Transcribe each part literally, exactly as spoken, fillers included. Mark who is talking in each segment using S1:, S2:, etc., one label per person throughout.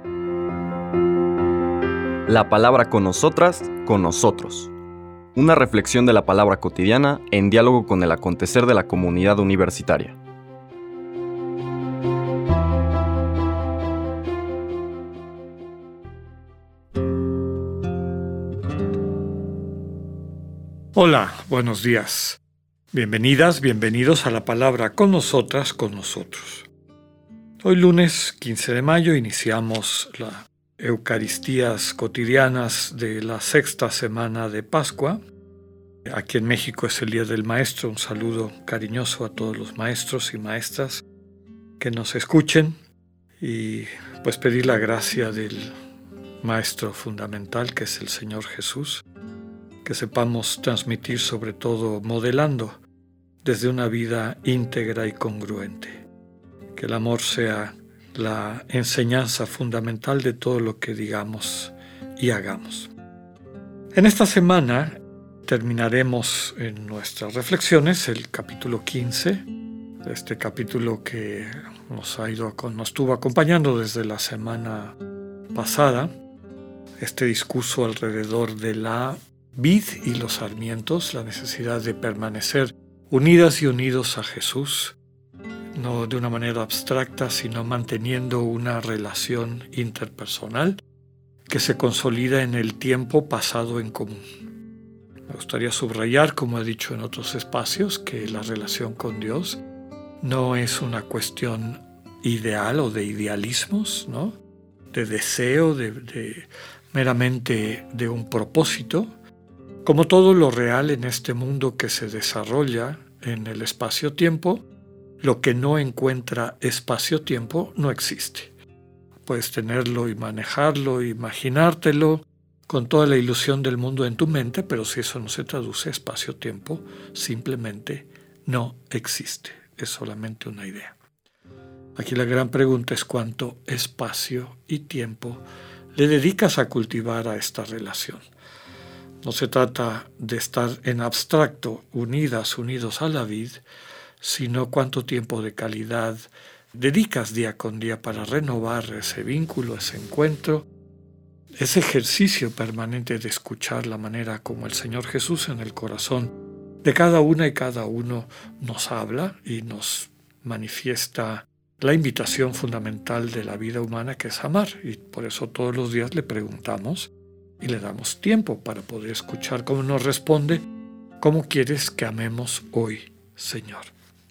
S1: La palabra con nosotras, con nosotros. Una reflexión de la palabra cotidiana en diálogo con el acontecer de la comunidad universitaria.
S2: Hola, buenos días. Bienvenidas, bienvenidos a la palabra con nosotras, con nosotros. Hoy lunes quince de mayo iniciamos las Eucaristías cotidianas de la sexta semana de Pascua. Aquí en México es el Día del Maestro. Un saludo cariñoso a todos los maestros y maestras que nos escuchen y pues pedir la gracia del Maestro fundamental que es el Señor Jesús, que sepamos transmitir sobre todo modelando desde una vida íntegra y congruente. Que el amor sea la enseñanza fundamental de todo lo que digamos y hagamos. En esta semana terminaremos en nuestras reflexiones el capítulo quince, este capítulo que nos ha ido, nos estuvo acompañando desde la semana pasada, este discurso alrededor de la vid y los sarmientos, la necesidad de permanecer unidas y unidos a Jesús, no de una manera abstracta, sino manteniendo una relación interpersonal que se consolida en el tiempo pasado en común. Me gustaría subrayar, como he dicho en otros espacios, que la relación con Dios no es una cuestión ideal o de idealismos, ¿no? De deseo, de, de meramente de un propósito. Como todo lo real en este mundo que se desarrolla en el espacio-tiempo, lo que no encuentra espacio-tiempo no existe. Puedes tenerlo y manejarlo, imaginártelo con toda la ilusión del mundo en tu mente, pero si eso no se traduce a espacio-tiempo, simplemente no existe. Es solamente una idea. Aquí la gran pregunta es cuánto espacio y tiempo le dedicas a cultivar a esta relación. No se trata de estar en abstracto, unidas, unidos a la vid, sino cuánto tiempo de calidad dedicas día con día para renovar ese vínculo, ese encuentro, ese ejercicio permanente de escuchar la manera como el Señor Jesús en el corazón de cada una y cada uno nos habla y nos manifiesta la invitación fundamental de la vida humana, que es amar. Y por eso todos los días le preguntamos y le damos tiempo para poder escuchar cómo nos responde: ¿cómo quieres que amemos hoy, Señor?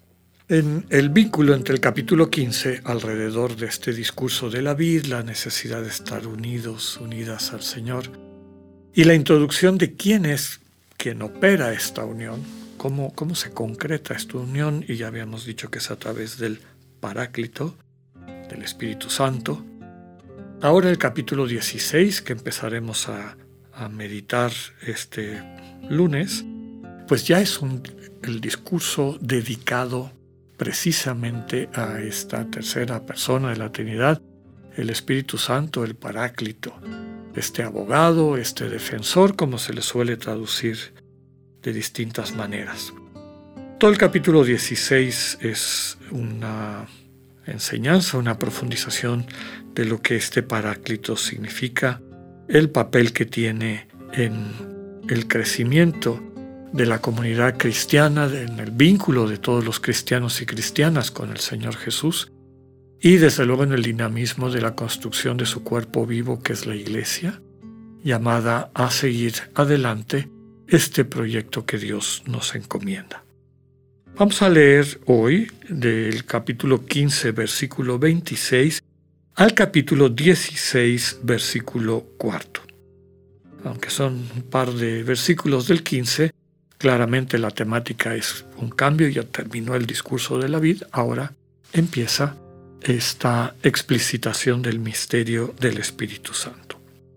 S2: En el vínculo entre el capítulo quince, alrededor de este discurso de la vid, la necesidad de estar unidos, unidas al Señor, y la introducción de quién es quien opera esta unión, cómo, cómo se concreta esta unión, y ya habíamos dicho que es a través del Paráclito, del Espíritu Santo. Ahora el capítulo dieciséis, que empezaremos a, a meditar este lunes, pues ya es un, el discurso dedicado precisamente a esta tercera persona de la Trinidad, el Espíritu Santo, el Paráclito, este abogado, este defensor, como se le suele traducir de distintas maneras. Todo el capítulo dieciséis es una enseñanza, una profundización de lo que este Paráclito significa, el papel que tiene en el crecimiento de la comunidad cristiana, en el vínculo de todos los cristianos y cristianas con el Señor Jesús, y desde luego en el dinamismo de la construcción de su cuerpo vivo, que es la Iglesia, llamada a seguir adelante este proyecto que Dios nos encomienda. Vamos a leer hoy del capítulo quince, versículo veintiséis, al capítulo dieciséis, versículo cuarto. Aunque son un par de versículos del quince, claramente la temática es un cambio. Ya terminó el discurso de la vid, ahora empieza esta explicitación del misterio del Espíritu Santo.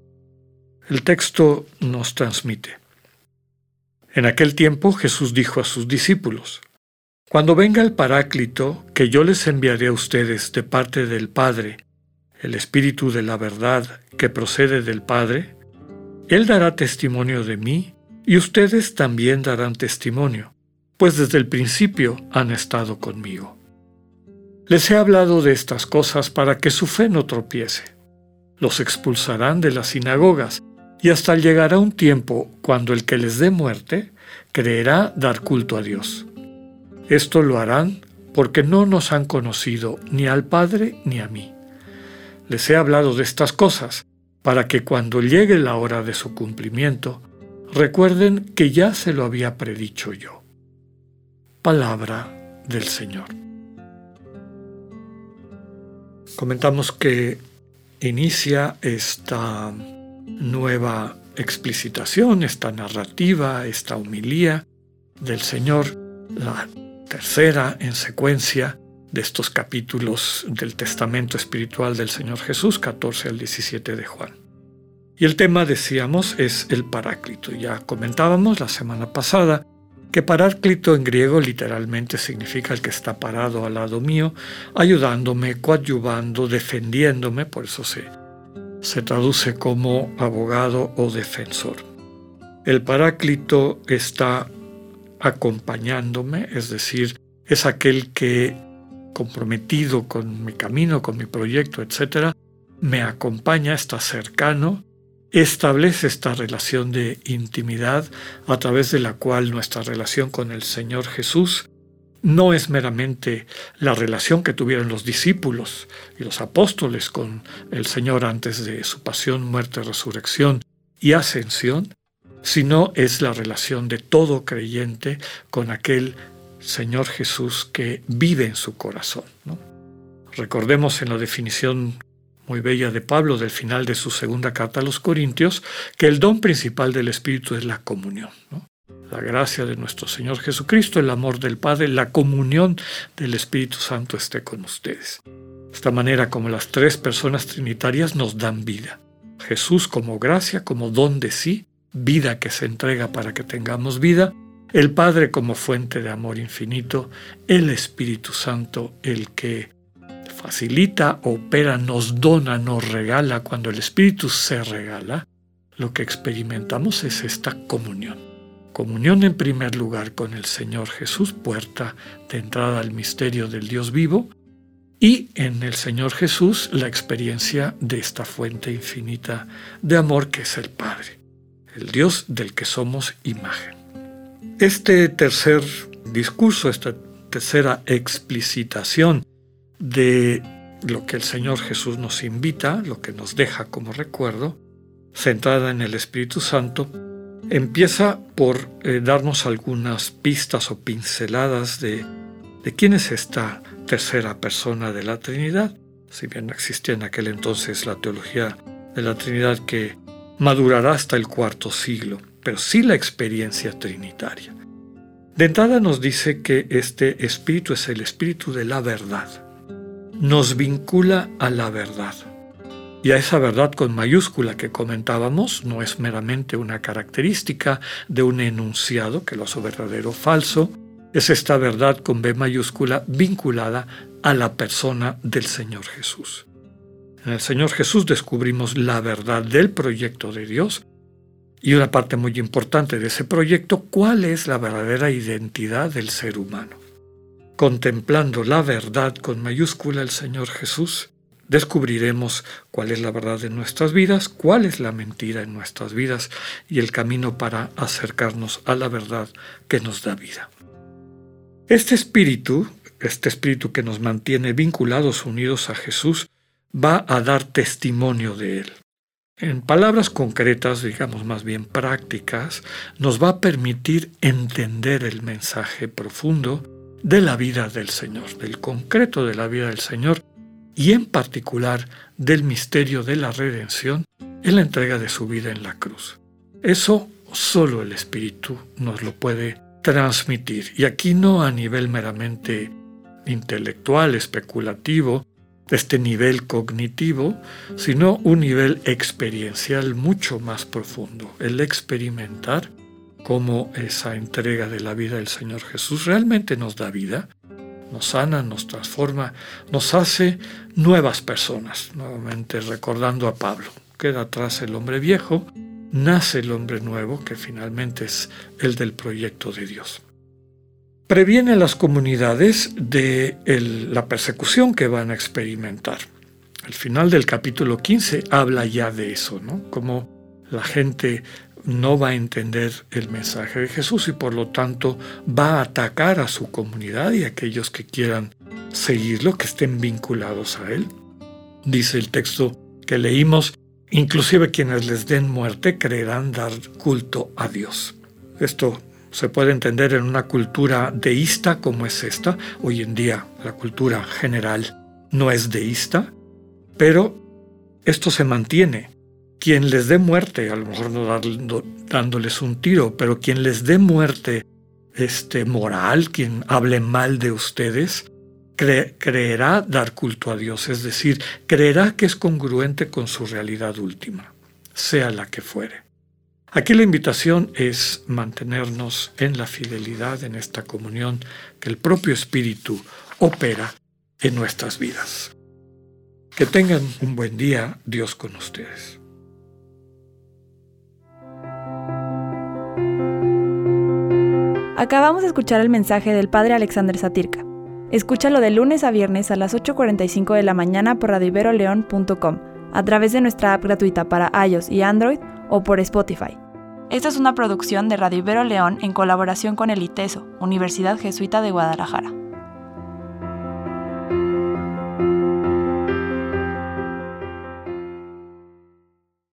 S2: El texto nos transmite: En aquel tiempo Jesús dijo a sus discípulos: Cuando venga el Paráclito, que yo les enviaré a ustedes de parte del Padre, el Espíritu de la verdad que procede del Padre, Él dará testimonio de mí, y ustedes también darán testimonio, pues desde el principio han estado conmigo. Les he hablado de estas cosas para que su fe no tropiece. los expulsarán de las sinagogas, y hasta llegará un tiempo cuando el que les dé muerte creerá dar culto a Dios. Esto lo harán porque no nos han conocido ni al Padre ni a mí. Les he hablado de estas cosas para que cuando llegue la hora de su cumplimiento, recuerden que ya se lo había predicho yo. Palabra del Señor. Comentamos que inicia esta nueva explicitación, esta narrativa, esta homilía del Señor, la tercera en secuencia de estos capítulos del Testamento Espiritual del Señor Jesús, catorce al diecisiete de Juan. Y el tema, decíamos, es el Paráclito. Ya comentábamos la semana pasada que Paráclito en griego literalmente significa el que está parado al lado mío, ayudándome, coadyuvando, defendiéndome, por eso se, se traduce como abogado o defensor. El Paráclito está acompañándome, es decir, es aquel que, comprometido con mi camino, con mi proyecto, etcétera, me acompaña, está cercano, establece esta relación de intimidad a través de la cual nuestra relación con el Señor Jesús no es meramente la relación que tuvieron los discípulos y los apóstoles con el Señor antes de su pasión, muerte, resurrección y ascensión, sino es la relación de todo creyente con aquel Señor Jesús que vive en su corazón, ¿no? Recordemos en la definición muy bella de Pablo del final de su segunda carta a los Corintios, que el don principal del Espíritu es la comunión, ¿no? La gracia de nuestro Señor Jesucristo, el amor del Padre, la comunión del Espíritu Santo esté con ustedes. De esta manera, como las tres personas trinitarias nos dan vida. Jesús como gracia, como don de sí, vida que se entrega para que tengamos vida, el Padre como fuente de amor infinito, el Espíritu Santo, el que facilita, opera, nos dona, nos regala. Cuando el Espíritu se regala, lo que experimentamos es esta comunión. Comunión en primer lugar con el Señor Jesús, puerta de entrada al misterio del Dios vivo, y en el Señor Jesús la experiencia de esta fuente infinita de amor que es el Padre, el Dios del que somos imagen. Este tercer discurso, esta tercera explicitación de lo que el Señor Jesús nos invita, lo que nos deja como recuerdo, centrada en el Espíritu Santo, empieza por eh, darnos algunas pistas o pinceladas de, de quién es esta tercera persona de la Trinidad. Si bien no existía en aquel entonces la teología de la Trinidad que madurará hasta el cuarto siglo, pero sí la experiencia trinitaria. De entrada nos dice que este espíritu es el espíritu de la verdad. Nos vincula a la verdad. Y a esa verdad con mayúscula que comentábamos no es meramente una característica de un enunciado que lo hace verdadero o falso, es esta verdad con B mayúscula vinculada a la persona del Señor Jesús. En el Señor Jesús descubrimos la verdad del proyecto de Dios y una parte muy importante de ese proyecto, cuál es la verdadera identidad del ser humano. Contemplando la verdad con mayúscula, el Señor Jesús, descubriremos cuál es la verdad en nuestras vidas, cuál es la mentira en nuestras vidas y el camino para acercarnos a la verdad que nos da vida. Este espíritu, este espíritu que nos mantiene vinculados, unidos a Jesús, va a dar testimonio de Él. En palabras concretas, digamos más bien prácticas, nos va a permitir entender el mensaje profundo de la vida del Señor, del concreto de la vida del Señor y en particular del misterio de la redención en la entrega de su vida en la cruz. Eso solo el Espíritu nos lo puede transmitir. Y aquí no a nivel meramente intelectual, especulativo, de este nivel cognitivo, sino un nivel experiencial mucho más profundo, el experimentar cómo esa entrega de la vida del Señor Jesús realmente nos da vida, nos sana, nos transforma, nos hace nuevas personas. Nuevamente recordando a Pablo, queda atrás el hombre viejo, nace el hombre nuevo, que finalmente es el del proyecto de Dios. Previene a las comunidades de el, la persecución que van a experimentar. Al final del capítulo quince habla ya de eso, ¿no? Cómo la gente no va a entender el mensaje de Jesús y por lo tanto va a atacar a su comunidad y a aquellos que quieran seguirlo, que estén vinculados a él. Dice el texto que leímos, inclusive quienes les den muerte creerán dar culto a Dios. Esto se puede entender en una cultura deísta como es esta. Hoy en día la cultura general no es deísta, pero esto se mantiene. Quien les dé muerte, a lo mejor no dando, dándoles un tiro, pero quien les dé muerte este, moral, quien hable mal de ustedes, cre- creerá dar culto a Dios, es decir, creerá que es congruente con su realidad última, sea la que fuere. Aquí la invitación es mantenernos en la fidelidad, en esta comunión que el propio Espíritu opera en nuestras vidas. Que tengan un buen día, Dios con ustedes.
S3: Acabamos de escuchar el mensaje del Padre Alexander Satirka. Escúchalo de lunes a viernes a las ocho cuarenta y cinco de la mañana por radio ibero león punto com, a través de nuestra app gratuita para iOS y Android o por Spotify. Esta es una producción de Radio Ibero León en colaboración con el ITESO, Universidad Jesuita de Guadalajara.